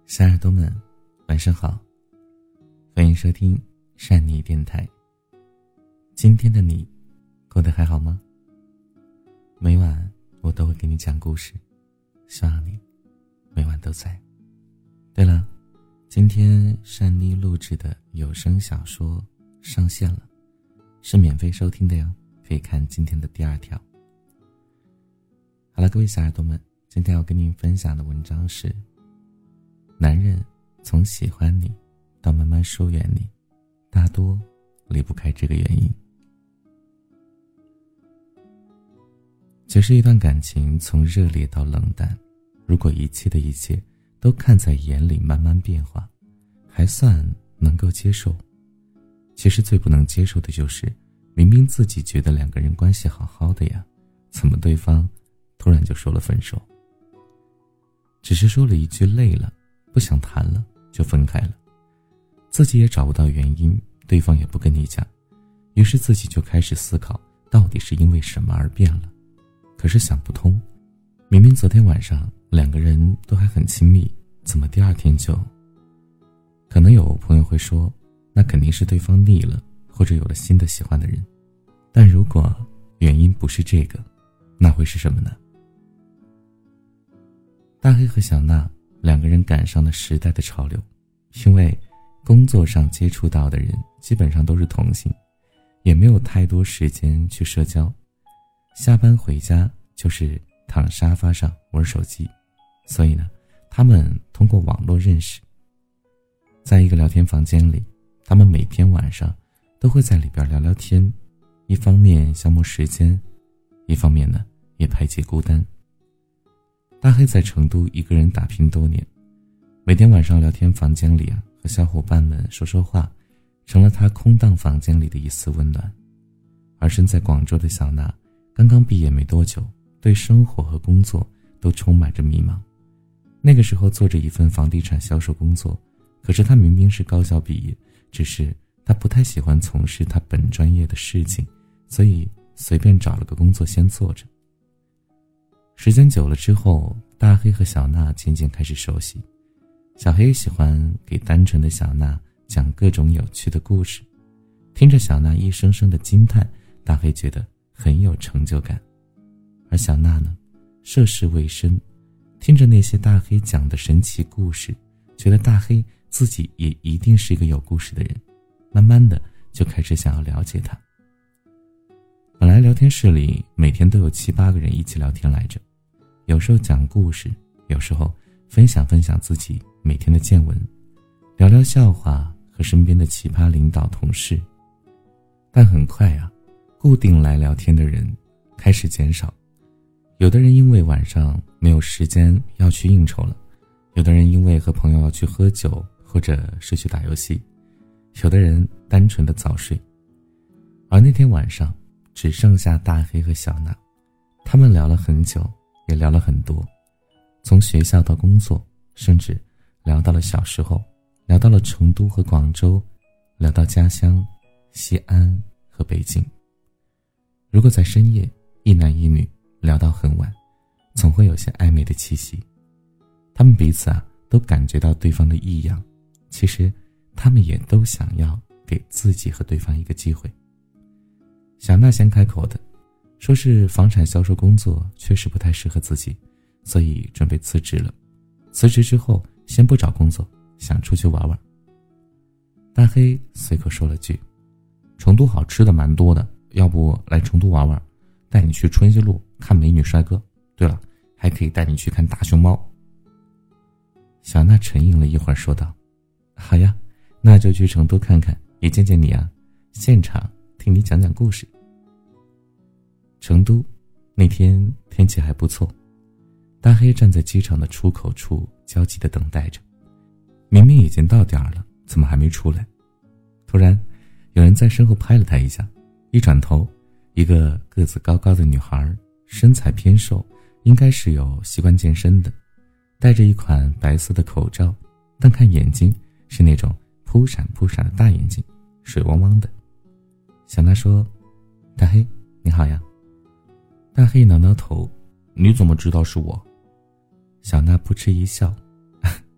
小耳朵们晚上好，欢迎收听善妮电台。今天的你过得还好吗？每晚我都会给你讲故事，希望你每晚都在。对了，今天善妮录制的有声小说上线了，是免费收听的哟，可以看今天的第2条。好了，各位小耳朵们，今天要跟您分享的文章是男人从喜欢你到慢慢疏远你，大多离不开这个原因。其实一段感情从热烈到冷淡，如果一切的一切都看在眼里慢慢变化，还算能够接受。其实最不能接受的就是明明自己觉得两个人关系好好的呀，怎么对方突然就说了分手？只是说了一句累了，不想谈了，就分开了。自己也找不到原因，对方也不跟你讲，于是自己就开始思考，到底是因为什么而变了。可是想不通，明明昨天晚上两个人都还很亲密，怎么第2天就……可能有朋友会说，那肯定是对方腻了，或者有了新的喜欢的人。但如果原因不是这个，那会是什么呢？大黑和小娜两个人赶上了时代的潮流，因为工作上接触到的人基本上都是同性，也没有太多时间去社交，下班回家就是躺沙发上玩手机，所以呢，他们通过网络认识。在一个聊天房间里，他们每天晚上都会在里边聊聊天，一方面消磨时间，一方面呢也排解孤单。大黑在成都一个人打拼多年，每天晚上聊天房间里和小伙伴们说说话，成了他空荡房间里的一丝温暖。而身在广州的小娜刚刚毕业没多久，对生活和工作都充满着迷茫。那个时候做着一份房地产销售工作，可是他明明是高校毕业，只是他不太喜欢从事他本专业的事情，所以随便找了个工作先做着。时间久了之后，大黑和小娜渐渐开始熟悉。小黑喜欢给单纯的小娜讲各种有趣的故事，听着小娜一声声的惊叹，大黑觉得很有成就感。而小娜呢，涉世未深，听着那些大黑讲的神奇故事，觉得大黑自己也一定是一个有故事的人，慢慢的就开始想要了解他。本来聊天室里每天都有7、8个人一起聊天来着，有时候讲故事，有时候分享自己每天的见闻，聊聊笑话和身边的奇葩领导同事。但很快固定来聊天的人开始减少，有的人因为晚上没有时间要去应酬了，有的人因为和朋友要去喝酒或者是去打游戏，有的人单纯的早睡。而那天晚上只剩下大黑和小娜，他们聊了很久，也聊了很多，从学校到工作，甚至聊到了小时候，聊到了成都和广州，聊到家乡西安和北京。如果在深夜一男一女聊到很晚，总会有些暧昧的气息。他们彼此都感觉到对方的异样，其实他们也都想要给自己和对方一个机会。小娜先开口的，说是房产销售工作确实不太适合自己，所以准备辞职了。辞职之后先不找工作，想出去玩玩。大黑随口说了句，成都好吃的蛮多的，要不来成都玩玩，带你去春熙路看美女帅哥，对了，还可以带你去看大熊猫。小娜沉吟了一会儿说道，好呀，那就去成都看看，也见见你现场听你讲讲故事。成都那天天气还不错，大黑站在机场的出口处焦急地等待着，明明已经到点了，怎么还没出来？突然有人在身后拍了他一下，一转头，一个个子高高的女孩，身材偏瘦，应该是有习惯健身的，戴着一款白色的口罩，但看眼睛是那种扑闪扑闪的大眼睛，水汪汪的。小娜说，大黑你好呀。大黑挠挠头，你怎么知道是我？小娜扑哧一笑，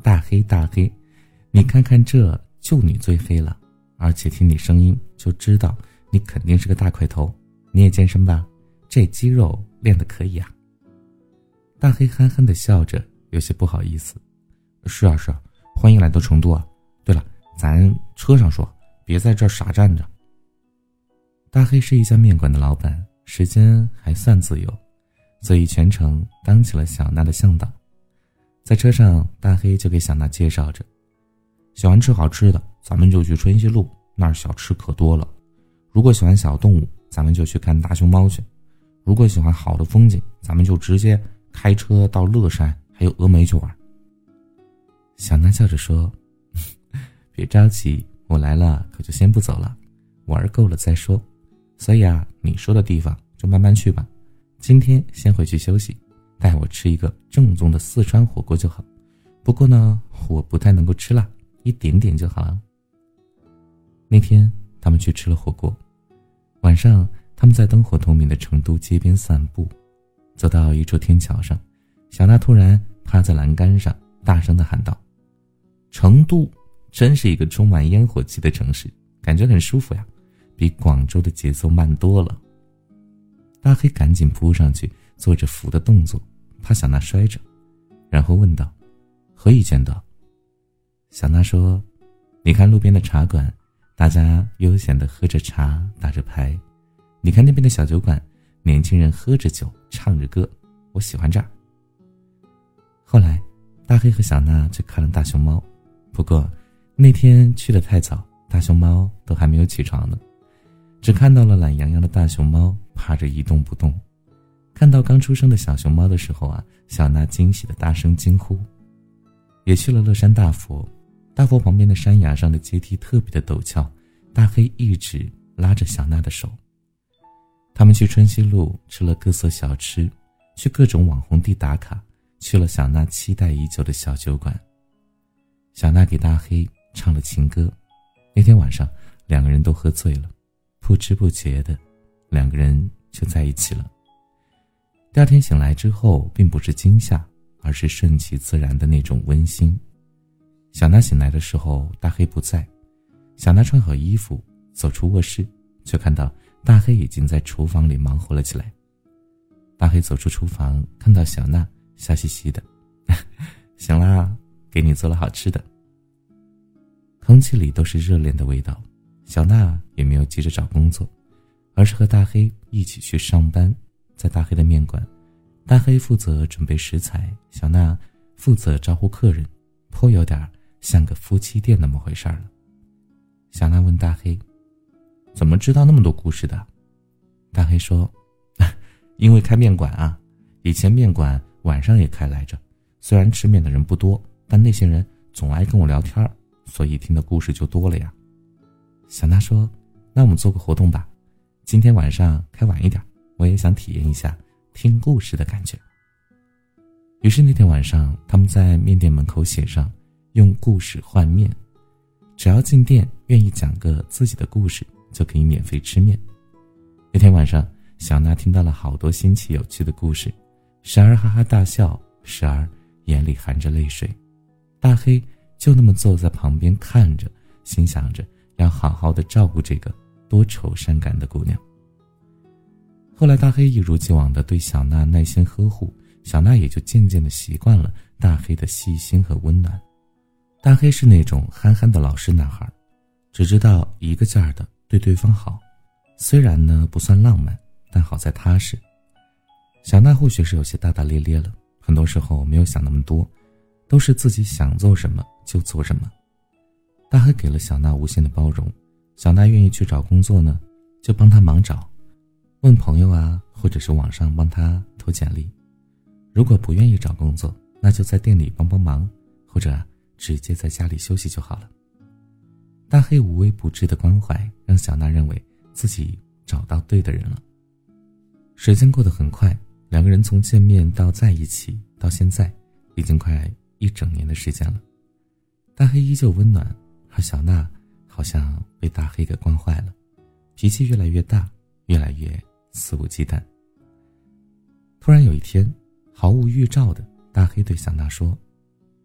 大黑大黑，你看看这就你最黑了，而且听你声音就知道你肯定是个大块头，你也健身吧？这肌肉练得可以啊。大黑憨憨地笑着，有些不好意思。是啊，欢迎来到成都啊。对了，咱车上说，别在这儿傻站着。大黑是一家面馆的老板，时间还算自由，所以全程当起了小娜的向导。在车上，大黑就给小娜介绍着，喜欢吃好吃的，咱们就去春熙路，那儿小吃可多了。如果喜欢小动物，咱们就去看大熊猫去。如果喜欢好的风景，咱们就直接开车到乐山还有峨眉去玩。小娜笑着说，别着急，我来了可就先不走了，玩够了再说。所以啊，你说的地方就慢慢去吧，今天先回去休息，带我吃一个正宗的四川火锅就好。不过呢，我不太能够吃辣，一点点就好了。那天他们去吃了火锅，晚上他们在灯火通明的成都街边散步，走到一处天桥上，小娜突然趴在栏杆上大声地喊道，成都真是一个充满烟火气的城市，感觉很舒服呀，比广州的节奏慢多了。大黑赶紧扑上去做着扶的动作，怕小娜摔着，然后问道，何以见得？小娜说，你看路边的茶馆，大家悠闲地喝着茶打着牌，你看那边的小酒馆，年轻人喝着酒唱着歌，我喜欢这儿。后来大黑和小娜去看了大熊猫，不过那天去得太早，大熊猫都还没有起床呢，只看到了懒洋洋的大熊猫趴着一动不动。看到刚出生的小熊猫的时候啊，小娜惊喜地大声惊呼。也去了乐山大佛，大佛旁边的山崖上的阶梯特别的陡峭，大黑一直拉着小娜的手。他们去春熙路吃了各色小吃，去各种网红地打卡，去了小娜期待已久的小酒馆。小娜给大黑唱了情歌，那天晚上两个人都喝醉了，不知不觉的两个人就在一起了。第二天醒来之后，并不是惊吓，而是顺其自然的那种温馨。小娜醒来的时候，大黑不在。小娜穿好衣服走出卧室，却看到大黑已经在厨房里忙活了起来。大黑走出厨房，看到小娜，笑嘻嘻的，行啦，给你做了好吃的。空气里都是热恋的味道。小娜也没有急着找工作，而是和大黑一起去上班。在大黑的面馆，大黑负责准备食材，小娜负责招呼客人，颇有点像个夫妻店那么回事了。小娜问大黑，怎么知道那么多故事的？大黑说，因为开面馆啊，以前面馆晚上也开来着，虽然吃面的人不多，但那些人总爱跟我聊天，所以听的故事就多了呀。小娜说，那我们做个活动吧，今天晚上开晚一点，我也想体验一下听故事的感觉。于是那天晚上，他们在面店门口写上用故事换面，只要进店愿意讲个自己的故事，就可以免费吃面。那天晚上，小娜听到了好多新奇有趣的故事，时而哈哈大笑，时而眼里含着泪水。大黑就那么坐在旁边看着，心想着要好好的照顾这个多愁善感的姑娘。后来大黑一如既往地对小娜耐心呵护，小娜也就渐渐地习惯了大黑的细心和温暖。大黑是那种憨憨的老实男孩，只知道一个劲儿的对对方好，虽然呢不算浪漫，但好在踏实。小娜或许是有些大大咧咧了，很多时候没有想那么多，都是自己想做什么就做什么。大黑给了小娜无限的包容，小娜愿意去找工作呢，就帮她忙找，问朋友啊，或者是网上帮她投简历。如果不愿意找工作，那就在店里帮帮忙，或者直接在家里休息就好了。大黑无微不至的关怀让小娜认为自己找到对的人了。时间过得很快，两个人从见面到在一起到现在已经快1整年的时间了。大黑依旧温暖，而小娜好像被大黑给惯坏了，脾气越来越大，越来越肆无忌惮。突然有一天，毫无预兆的，大黑对小娜说，我们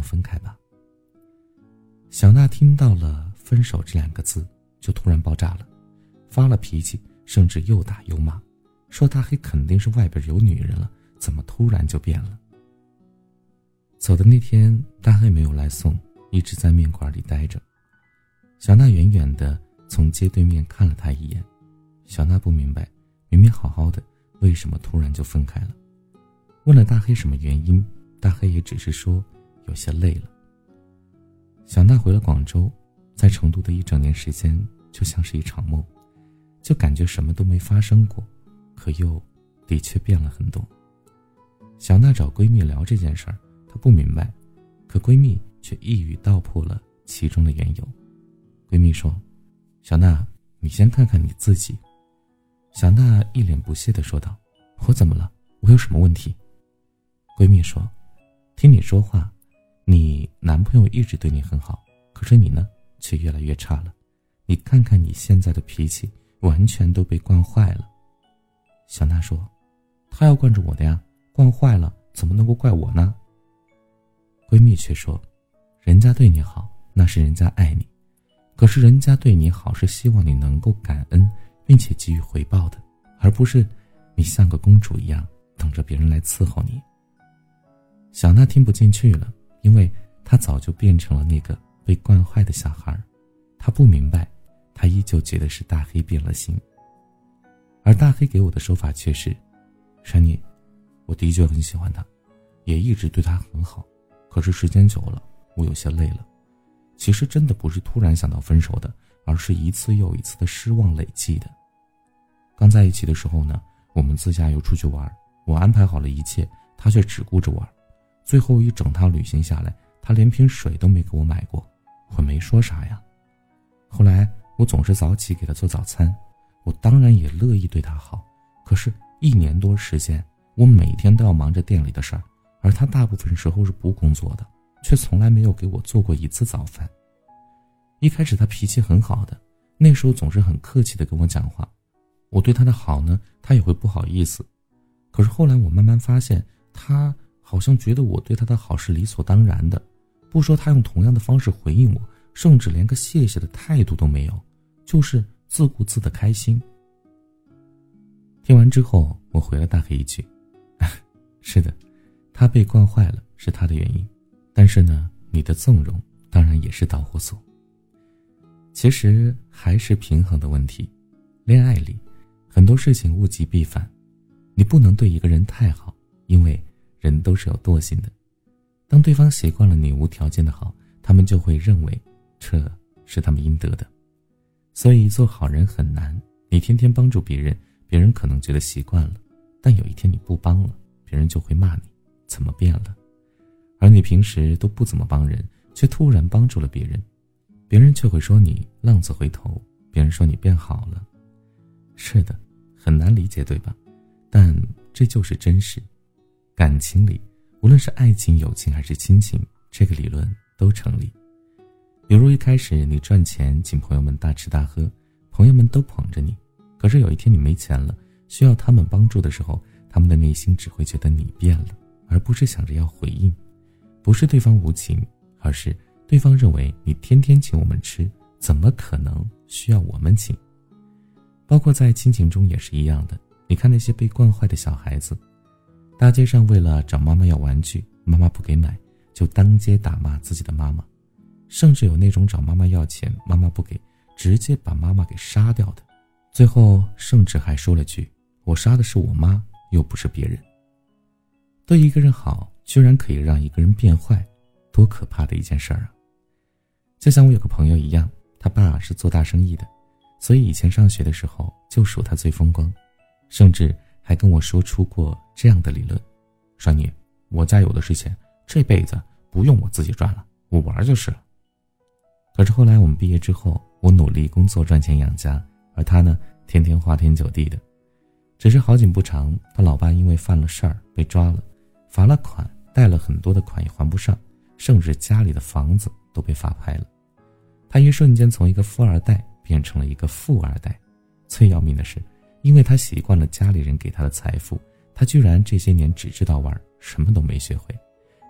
分开吧。小娜听到了分手这2个字就突然爆炸了，发了脾气，甚至又打又骂，说大黑肯定是外边有女人了，怎么突然就变了。走的那天，大黑没有来送，一直在面馆里待着。小娜远远地从街对面看了他一眼，小娜不明白，明明好好的，为什么突然就分开了。问了大黑什么原因，大黑也只是说有些累了。小娜回了广州，在成都的一整年时间就像是一场梦，就感觉什么都没发生过，可又的确变了很多。小娜找闺蜜聊这件事儿，她不明白，可闺蜜却一语道破了其中的缘由。闺蜜说，小娜，你先看看你自己。小娜一脸不屑地说道，我怎么了？我有什么问题？闺蜜说，听你说话，你男朋友一直对你很好，可是你呢，却越来越差了。你看看你现在的脾气，完全都被惯坏了。小娜说，他要惯着我的呀，惯坏了怎么能够怪我呢？闺蜜却说，人家对你好，那是人家爱你，可是人家对你好是希望你能够感恩并且给予回报的，而不是你像个公主一样等着别人来伺候你。小娜听不进去了，因为她早就变成了那个被惯坏的小孩，她不明白，她依旧觉得是大黑变了心。而大黑给我的说法却是，珊妮，我的确很喜欢他，也一直对他很好，可是时间久了，我有些累了。其实真的不是突然想到分手的，而是一次又一次的失望累积的。刚在一起的时候呢，我们自驾游出去玩，我安排好了一切，他却只顾着玩。最后一整趟旅行下来，他连瓶水都没给我买过，我没说啥呀。后来我总是早起给他做早餐，我当然也乐意对他好，可是1年多时间，我每天都要忙着店里的事儿，而他大部分时候是不工作的，却从来没有给我做过一次早饭。一开始他脾气很好的，那时候总是很客气的跟我讲话，我对他的好呢，他也会不好意思。可是后来我慢慢发现，他好像觉得我对他的好是理所当然的，不说他用同样的方式回应我，甚至连个谢谢的态度都没有，就是自顾自的开心。听完之后，我回了大黑一句，是的，他被惯坏了是他的原因，但是呢，你的纵容当然也是导火索。其实还是平衡的问题，恋爱里很多事情物极必反，你不能对一个人太好，因为人都是有惰性的。当对方习惯了你无条件的好，他们就会认为这是他们应得的。所以做好人很难，你天天帮助别人，别人可能觉得习惯了，但有一天你不帮了，别人就会骂你怎么变了。而你平时都不怎么帮人，却突然帮助了别人，别人却会说你浪子回头，别人说你变好了。是的，很难理解，对吧？但这就是真实。感情里，无论是爱情、友情还是亲情，这个理论都成立。比如一开始你赚钱请朋友们大吃大喝，朋友们都捧着你，可是有一天你没钱了，需要他们帮助的时候，他们的内心只会觉得你变了，而不是想着要回应。不是对方无情，而是对方认为你天天请我们吃，怎么可能需要我们请？包括在亲情中也是一样的，你看那些被惯坏的小孩子，大街上为了找妈妈要玩具，妈妈不给买，就当街打骂自己的妈妈，甚至有那种找妈妈要钱，妈妈不给，直接把妈妈给杀掉的，最后甚至还说了句，我杀的是我妈，又不是别人。对一个人好，居然可以让一个人变坏，多可怕的一件事儿啊！就像我有个朋友一样，他爸是做大生意的，所以以前上学的时候就属他最风光，甚至还跟我说出过这样的理论，说你，我家有的是钱，这辈子不用我自己赚了，我玩就是了。可是后来我们毕业之后，我努力工作赚钱养家，而他呢，天天花天酒地的。只是好景不长，他老爸因为犯了事儿被抓了，罚了款，贷了很多的款也还不上，甚至家里的房子都被法拍了。他一瞬间从一个富二代变成了一个富二代。最要命的是，因为他习惯了家里人给他的财富，他居然这些年只知道玩，什么都没学会。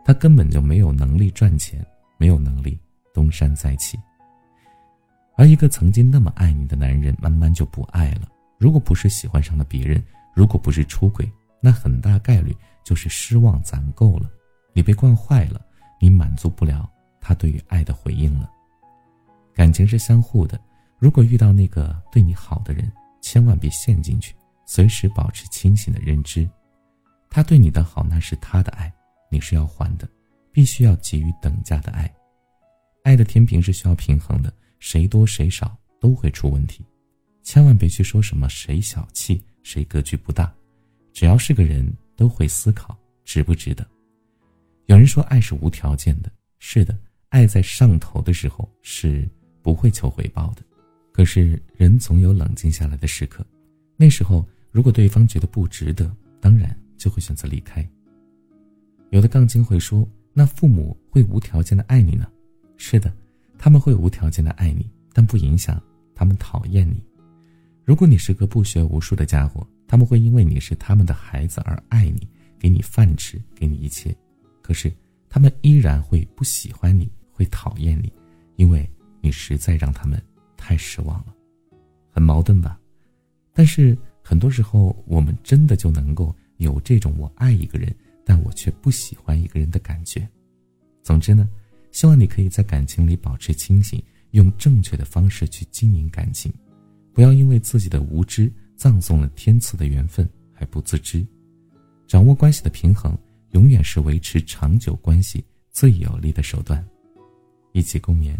他根本就没有能力赚钱，没有能力东山再起。而一个曾经那么爱你的男人慢慢就不爱了，如果不是喜欢上了别人，如果不是出轨，那很大概率就是失望攒够了，你被惯坏了，你满足不了他对于爱的回应了。感情是相互的，如果遇到那个对你好的人，千万别陷进去，随时保持清醒的认知。他对你的好那是他的爱，你是要还的，必须要给予等价的爱。爱的天平是需要平衡的，谁多谁少都会出问题。千万别去说什么谁小气谁格局不大，只要是个人都会思考值不值得。有人说爱是无条件的，是的，爱在上头的时候是不会求回报的，可是人总有冷静下来的时刻，那时候如果对方觉得不值得，当然就会选择离开。有的杠精会说，那父母会无条件的爱你呢？是的，他们会无条件的爱你，但不影响他们讨厌你。如果你是个不学无术的家伙，他们会因为你是他们的孩子而爱你，给你饭吃，给你一切。可是他们依然会不喜欢你，会讨厌你，因为你实在让他们太失望了。很矛盾吧？但是很多时候我们真的就能够有这种我爱一个人，但我却不喜欢一个人的感觉。总之呢，希望你可以在感情里保持清醒，用正确的方式去经营感情，不要因为自己的无知葬送了天赐的缘分还不自知。掌握关系的平衡，永远是维持长久关系最有力的手段。一起共勉。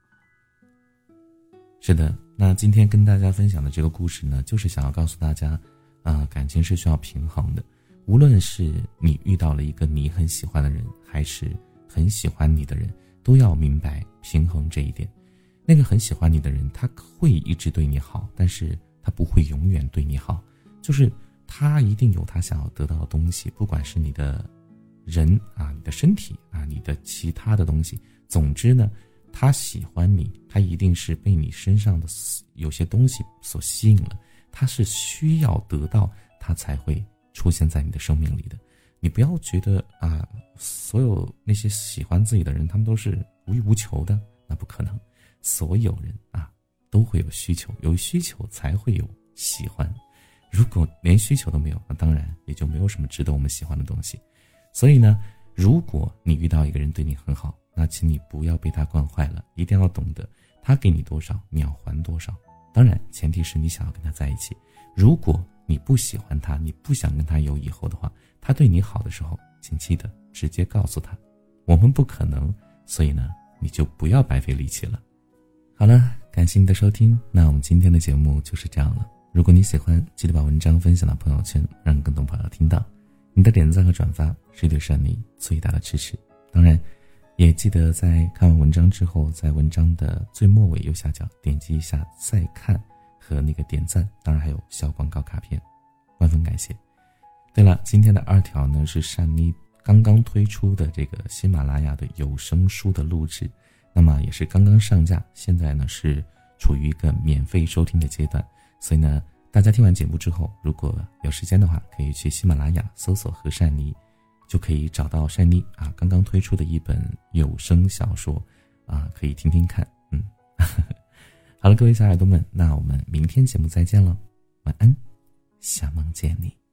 是的，那今天跟大家分享的这个故事呢，就是想要告诉大家，感情是需要平衡的。无论是你遇到了一个你很喜欢的人，还是很喜欢你的人，都要明白平衡这一点。那个很喜欢你的人，他会一直对你好，但是他不会永远对你好，就是他一定有他想要得到的东西，不管是你的人啊，你的身体啊，你的其他的东西。总之呢，他喜欢你，他一定是被你身上的有些东西所吸引了，他是需要得到，他才会出现在你的生命里的。你不要觉得所有那些喜欢自己的人，他们都是无欲无求的，那不可能。所有人都会有需求，有需求才会有喜欢。如果连需求都没有，那当然也就没有什么值得我们喜欢的东西。所以呢，如果你遇到一个人对你很好，那请你不要被他惯坏了，一定要懂得他给你多少你要还多少。当然前提是你想要跟他在一起。如果你不喜欢他，你不想跟他有以后的话，他对你好的时候，请记得直接告诉他，我们不可能，所以呢，你就不要白费力气了。好了，感谢你的收听，那我们今天的节目就是这样了。如果你喜欢，记得把文章分享到朋友圈，让更多朋友听到。你的点赞和转发是对善你最大的支持。当然也记得在看完文章之后，在文章的最末尾右下角点击一下再看和那个点赞，当然还有小广告卡片，万分感谢。对了，今天的2条呢是善妮刚刚推出的这个喜马拉雅的有声书的录制，那么也是刚刚上架，现在呢是处于一个免费收听的阶段，所以呢大家听完节目之后，如果有时间的话，可以去喜马拉雅搜索和善妮，就可以找到善妮刚刚推出的一本有声小说可以听听看。好了，各位小耳朵们，那我们明天节目再见了，晚安，想梦见你。